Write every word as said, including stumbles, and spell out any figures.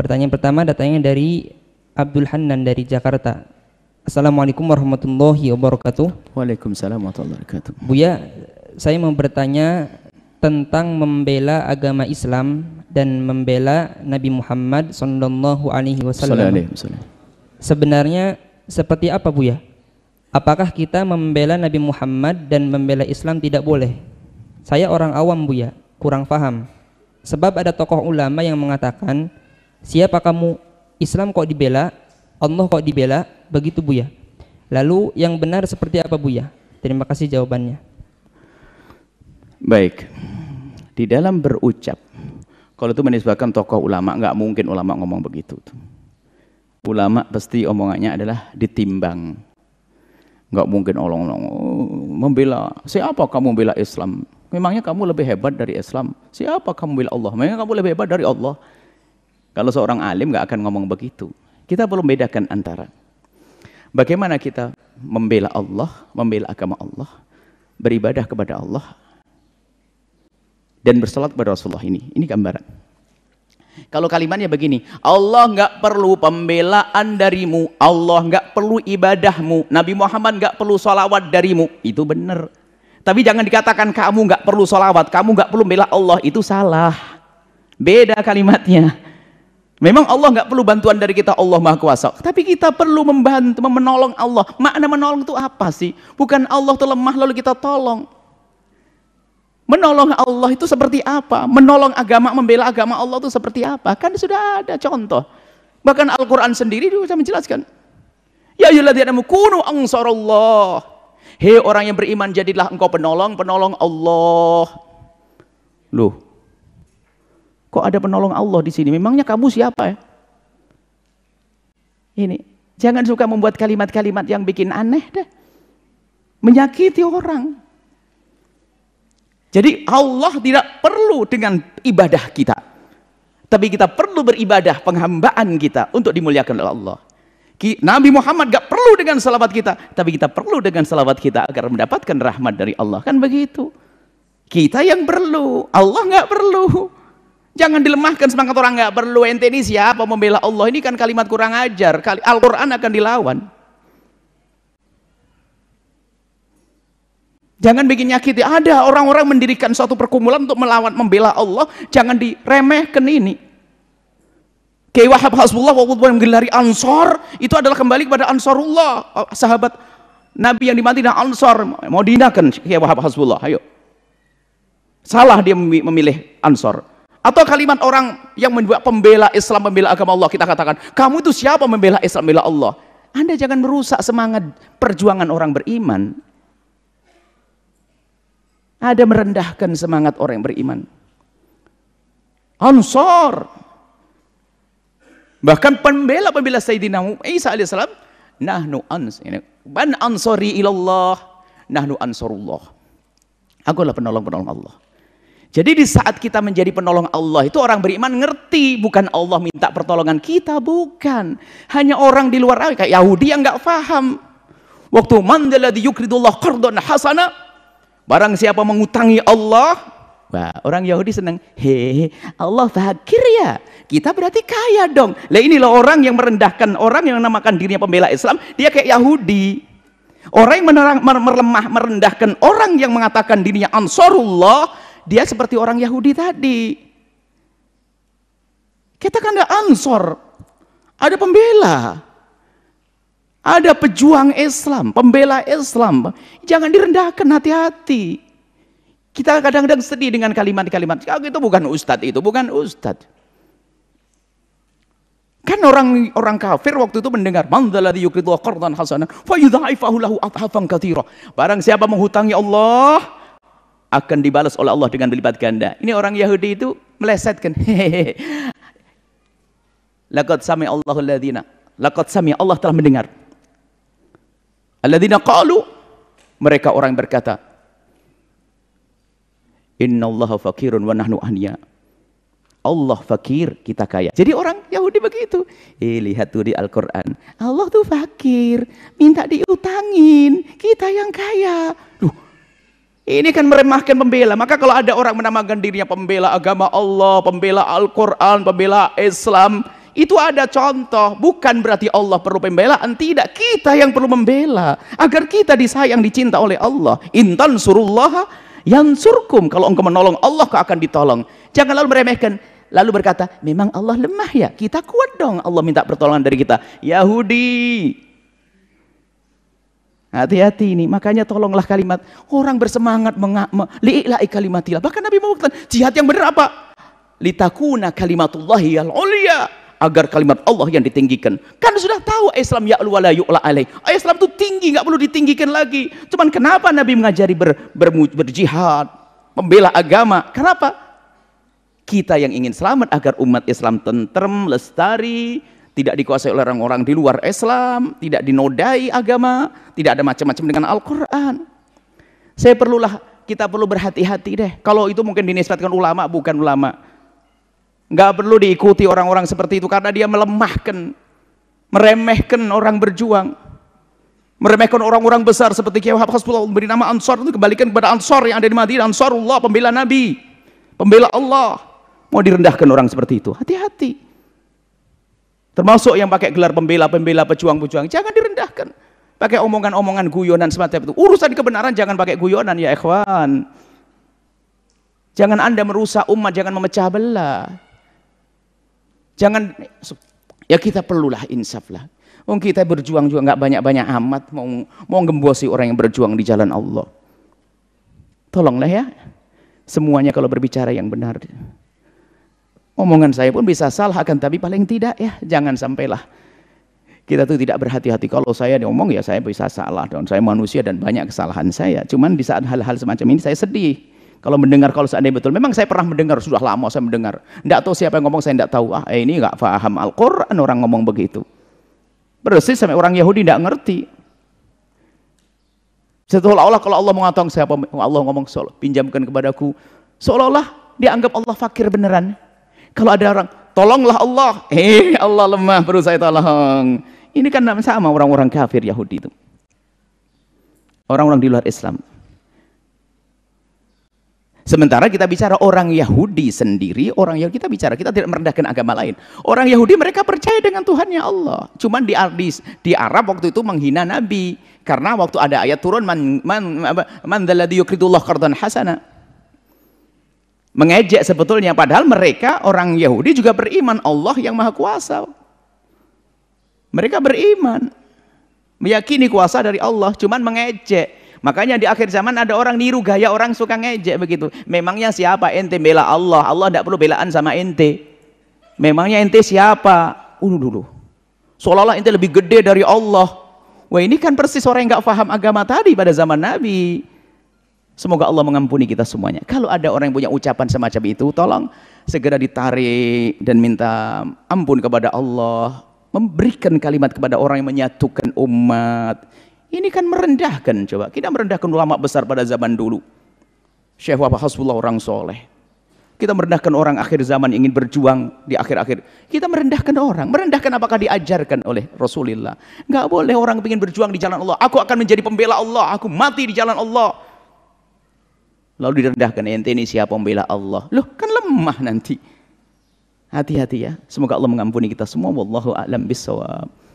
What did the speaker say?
Pertanyaan pertama datangnya dari Abdul Hanan dari Jakarta. Assalamualaikum warahmatullahi wabarakatuh. Waalaikumsalam warahmatullahi wabarakatuh. Buya, saya mau bertanya tentang membela agama Islam dan membela Nabi Muhammad Sallallahu Alaihi Wasallam. Sebenarnya seperti apa, Buya? Apakah kita membela Nabi Muhammad dan membela Islam tidak boleh? Saya orang awam, Buya, kurang paham. Sebab ada tokoh ulama yang mengatakan, siapa kamu, Islam kok dibela, Allah kok dibela, begitu, Buya. Lalu yang benar seperti apa, Buya? Terima kasih jawabannya. Baik, di dalam berucap, kalau itu menisbahkan tokoh ulama, nggak mungkin ulama ngomong begitu. Ulama pasti omongannya adalah ditimbang. Nggak mungkin orang-orang oh, membela, siapa kamu membela Islam? Memangnya kamu lebih hebat dari Islam? Siapa kamu membela Allah? Memangnya kamu lebih hebat dari Allah? Kalau seorang alim nggak akan ngomong begitu. Kita perlu membedakan antara bagaimana kita membela Allah, membela agama Allah, beribadah kepada Allah, dan bersalat kepada Rasulullah. Ini, ini gambaran. Kalau kalimatnya begini, Allah nggak perlu pembelaan darimu, Allah nggak perlu ibadahmu, Nabi Muhammad nggak perlu sholawat darimu, itu benar. Tapi jangan dikatakan kamu nggak perlu sholawat, kamu nggak perlu bela Allah, itu salah. Beda kalimatnya. Memang Allah nggak perlu bantuan dari kita, Allah Maha Kuasa. Tapi kita perlu membantu, menolong Allah. Makna menolong itu apa sih? Bukan Allah itu lemah lalu kita tolong. Menolong Allah itu seperti apa? Menolong agama, membela agama Allah itu seperti apa? Kan sudah ada contoh. Bahkan Al-Quran sendiri juga menjelaskan. Ya ayyuhalladzina amanu kunu ansarallah. Hei orang yang beriman, jadilah engkau penolong, penolong Allah. Loh, kok ada penolong Allah di sini? Memangnya kamu siapa ya? Ini, jangan suka membuat kalimat-kalimat yang bikin aneh deh. Menyakiti orang. Jadi Allah tidak perlu dengan ibadah kita. Tapi kita perlu beribadah, penghambaan kita untuk dimuliakan oleh Allah. Nabi Muhammad gak perlu dengan salawat kita, tapi kita perlu dengan salawat kita agar mendapatkan rahmat dari Allah. Kan begitu. Kita yang perlu, Allah gak perlu. Jangan dilemahkan semangat orang gak perlu. Ente ini siapa membela Allah? Ini kan kalimat kurang ajar. Al-Quran akan dilawan. Jangan bikin nyakiti. Ada orang-orang mendirikan suatu perkumpulan untuk melawan, membela Allah. Jangan diremehkan ini. Kiai Wahab Hasbullah waktu menggelari Ansor, itu adalah kembali kepada Ansarullah, sahabat Nabi yang di Madinah, Ansor. Mau dihinakan Kiai Wahab Hasbullah, ayo. Salah dia memilih Ansor. Atau kalimat orang yang membuat pembela Islam, membela agama Allah, kita katakan, kamu itu siapa membela Islam, membela Allah? Anda jangan merusak semangat perjuangan orang beriman. Ada merendahkan semangat orang yang beriman. Ansor. Bahkan pembela-pembela Sayyidina Isa alaihissalam, nahnu ans, ban ansori ilallah, nahnu ansarullah. Aku adalah penolong-penolong Allah. Jadi di saat kita menjadi penolong Allah, itu orang beriman ngerti, bukan Allah minta pertolongan kita, bukan. Hanya orang di luar, kayak Yahudi yang nggak paham. Waktu man alladzi yuqridullah qardan hasana, barang siapa mengutangi Allah, wah, orang Yahudi senang, hehe, Allah fakir ya, kita berarti kaya dong. Lah inilah orang yang merendahkan orang yang menamakan dirinya pembela Islam, dia kayak Yahudi. Orang yang menerang, melemah, merendahkan orang yang mengatakan dirinya Ansarullah, dia seperti orang Yahudi tadi. Kita kan ada Ansor, ada pembela, ada pejuang Islam, pembela Islam. Jangan direndahkan, hati-hati. Kita kadang-kadang sedih dengan kalimat-kalimat, oh, itu bukan ustadz, itu bukan ustadz. Kan orang orang kafir waktu itu mendengar, man dzalladzi yuqridu qardan hasanan fa yudha'ifahu lahu adhafan katsira. Barang siapa menghutangi Allah, akan dibalas oleh Allah dengan berlipat ganda. Ini orang Yahudi itu melesetkan. Laqad sami Allahu alladzina, laqad sami Allah telah mendengar. Alladzina qalu, mereka orang yang berkata, innallaha fakirun wa nahnu ahniya. Allah fakir, kita kaya. Jadi orang Yahudi begitu. Eh, lihat tuh di Al-Quran, Allah tuh fakir, minta diutangin, kita yang kaya. Duh, ini kan meremahkan pembela. Maka kalau ada orang menamakan dirinya pembela agama Allah, pembela Al-Quran, pembela Islam, Itu ada contoh, bukan berarti Allah perlu pembelaan, tidak, kita yang perlu membela agar kita disayang, dicinta oleh Allah. Intan surullah yansurkum, kalau engkau menolong Allah kau akan ditolong. Jangan lalu meremehkan, lalu berkata, memang Allah lemah ya, kita kuat dong, Allah minta pertolongan dari kita. Yahudi, hati-hati ini, makanya tolonglah kalimat orang bersemangat li'ila'i kalimatillah. Bahkan Nabi mengatakan jihad yang benar apa? Litakuna kalimatullahi al-ulya, agar kalimat Allah yang ditinggikan. Kan sudah tahu Islam ya'lu wa la yu'la alaih. Islam itu tinggi, nggak perlu ditinggikan lagi. Cuman kenapa Nabi mengajari ber, ber, berjihad, membela agama? Kenapa? Kita yang ingin selamat agar umat Islam tentrem, lestari, tidak dikuasai oleh orang-orang di luar Islam, tidak dinodai agama, tidak ada macam-macam dengan Al-Quran. Saya perlulah, kita perlu berhati-hati deh. Kalau itu mungkin dinisbatkan ulama, bukan ulama. Nggak perlu diikuti orang-orang seperti itu, karena dia melemahkan, meremehkan orang berjuang, meremehkan orang-orang besar seperti Kiai Wahab Hasbullah memberi nama Ansar. Itu kembalikan kepada Ansar yang ada di Madinah, Ansarullah, pembela Nabi, pembela Allah. Mau direndahkan orang seperti itu, hati-hati. Termasuk yang pakai gelar pembela-pembela, pejuang-pejuang, jangan direndahkan. Pakai omongan-omongan guyonan semacam itu. Urusan kebenaran jangan pakai guyonan ya ikhwan. Jangan Anda merusak umat, jangan memecah belah. Jangan, ya kita perlulah insaf lah. Oh, kita berjuang juga nggak banyak-banyak amat, mau mau gembosi orang yang berjuang di jalan Allah. Tolonglah ya, semuanya kalau berbicara yang benar. Omongan saya pun bisa salah, akan tapi paling tidak ya jangan sampailah kita tuh tidak berhati-hati. Kalau saya diomong ya saya bisa salah, dan saya manusia dan banyak kesalahan saya. Cuman di saat hal-hal semacam ini saya sedih. Kalau mendengar, kalau seandainya betul, memang saya pernah mendengar, sudah lama saya mendengar. Tidak tahu siapa yang ngomong, saya tidak tahu. Ah, ini nggak paham Al-Quran orang ngomong begitu. Persis sampai orang Yahudi tidak ngerti. Seolah-olah kalau Allah mengatakan siapa, Allah ngomong seolah pinjamkan kepadaku, seolah-olah dianggap Allah fakir beneran. Kalau ada orang, tolonglah Allah, eh Allah lemah, perlu saya tolong. Ini kan sama orang-orang kafir Yahudi itu, orang-orang di luar Islam. Sementara kita bicara orang Yahudi sendiri, orang Yahudi kita bicara, kita tidak merendahkan agama lain. Orang Yahudi mereka percaya dengan Tuhannya Allah. Cuman di, di, di Arab waktu itu menghina Nabi. Karena waktu ada ayat turun, man man man dzalladzi yuqridullah qardan hasana. Mengejek sebetulnya, padahal mereka orang Yahudi juga beriman Allah yang Maha Kuasa. Mereka beriman, meyakini kuasa dari Allah, cuman mengejek. Makanya di akhir zaman ada orang niru gaya orang suka ngejek begitu. Memangnya siapa ente bela Allah? Allah tidak perlu belaan sama ente. Memangnya ente siapa? Ulu dulu. Seolah-olah ente lebih gede dari Allah. Wah, ini kan persis orang yang nggak paham agama tadi pada zaman Nabi. Semoga Allah mengampuni kita semuanya. Kalau ada orang yang punya ucapan semacam itu, tolong segera ditarik dan minta ampun kepada Allah. Memberikan kalimat kepada orang yang menyatukan umat. Ini kan merendahkan, coba. Kita merendahkan ulama besar pada zaman dulu. Syekh Wahab Hasbullah orang soleh. Kita merendahkan orang akhir zaman ingin berjuang di akhir-akhir. Kita merendahkan orang. Merendahkan apakah diajarkan oleh Rasulullah? Nggak boleh orang ingin berjuang di jalan Allah. Aku akan menjadi pembela Allah. Aku mati di jalan Allah. Lalu direndahkan, ente ini siapa pembela Allah? Loh, kan lemah nanti. Hati-hati ya. Semoga Allah mengampuni kita semua. Wallahu a'lam bissawab.